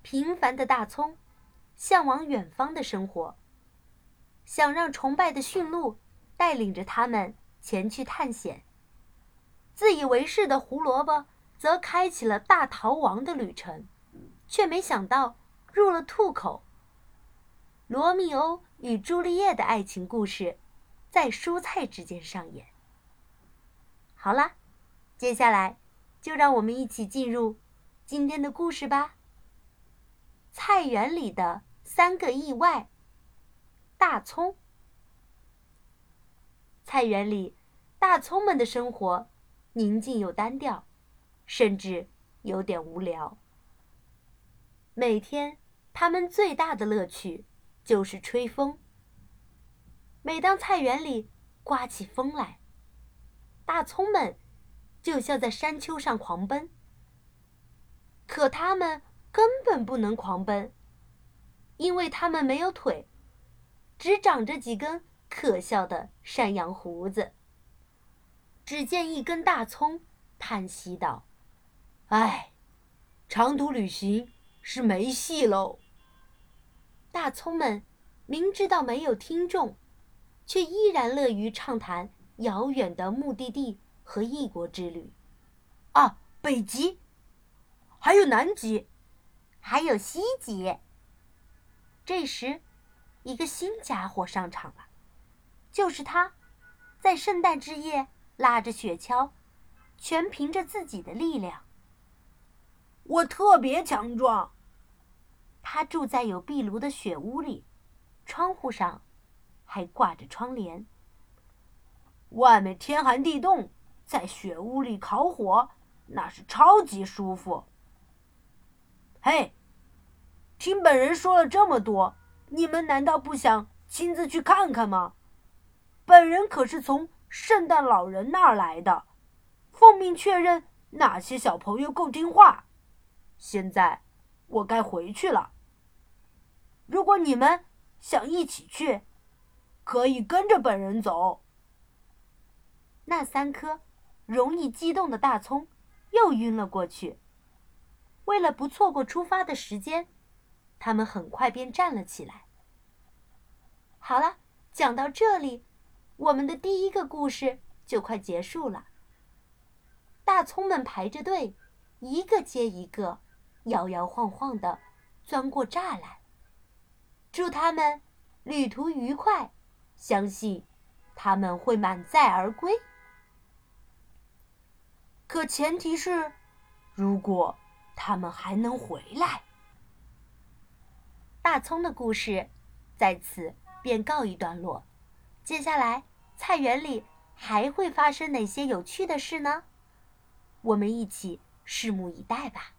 平凡的大葱向往远方的生活，想让崇拜的驯鹿带领着他们前去探险。自以为是的胡萝卜则开启了大逃亡的旅程，却没想到入了兔口。罗密欧与朱丽叶的爱情故事在蔬菜之间上演。好啦，接下来就让我们一起进入今天的故事吧。菜园里的3个意外。大葱。菜园里，大葱们的生活宁静又单调，甚至有点无聊。每天，他们最大的乐趣就是吹风。每当菜园里刮起风来，大葱们就像在山丘上狂奔。可他们根本不能狂奔，因为他们没有腿，只长着几根可笑的山羊胡子。只见一根大葱叹息道：“唉，长途旅行是没戏喽。”大葱们明知道没有听众，却依然乐于畅谈遥远的目的地和异国之旅。啊，北极，还有南极，还有西极。这时，一个新家伙上场了，就是他，在圣诞之夜拉着雪橇，全凭着自己的力量。我特别强壮。他住在有壁炉的雪屋里，窗户上还挂着窗帘。外面天寒地冻，在雪屋里烤火，那是超级舒服。嘿，听本人说了这么多，你们难道不想亲自去看看吗？本人可是从圣诞老人那儿来的，奉命确认哪些小朋友够听话。现在我该回去了。如果你们想一起去，可以跟着本人走。那3颗容易激动的大葱又晕了过去。为了不错过出发的时间，他们很快便站了起来。好了，讲到这里，我们的第一个故事就快结束了。大葱们排着队，一个接一个，摇摇晃晃地钻过栅栏。祝他们旅途愉快，相信他们会满载而归。可前提是，如果他们还能回来。大葱的故事在此便告一段落。接下来，菜园里还会发生哪些有趣的事呢？我们一起拭目以待吧。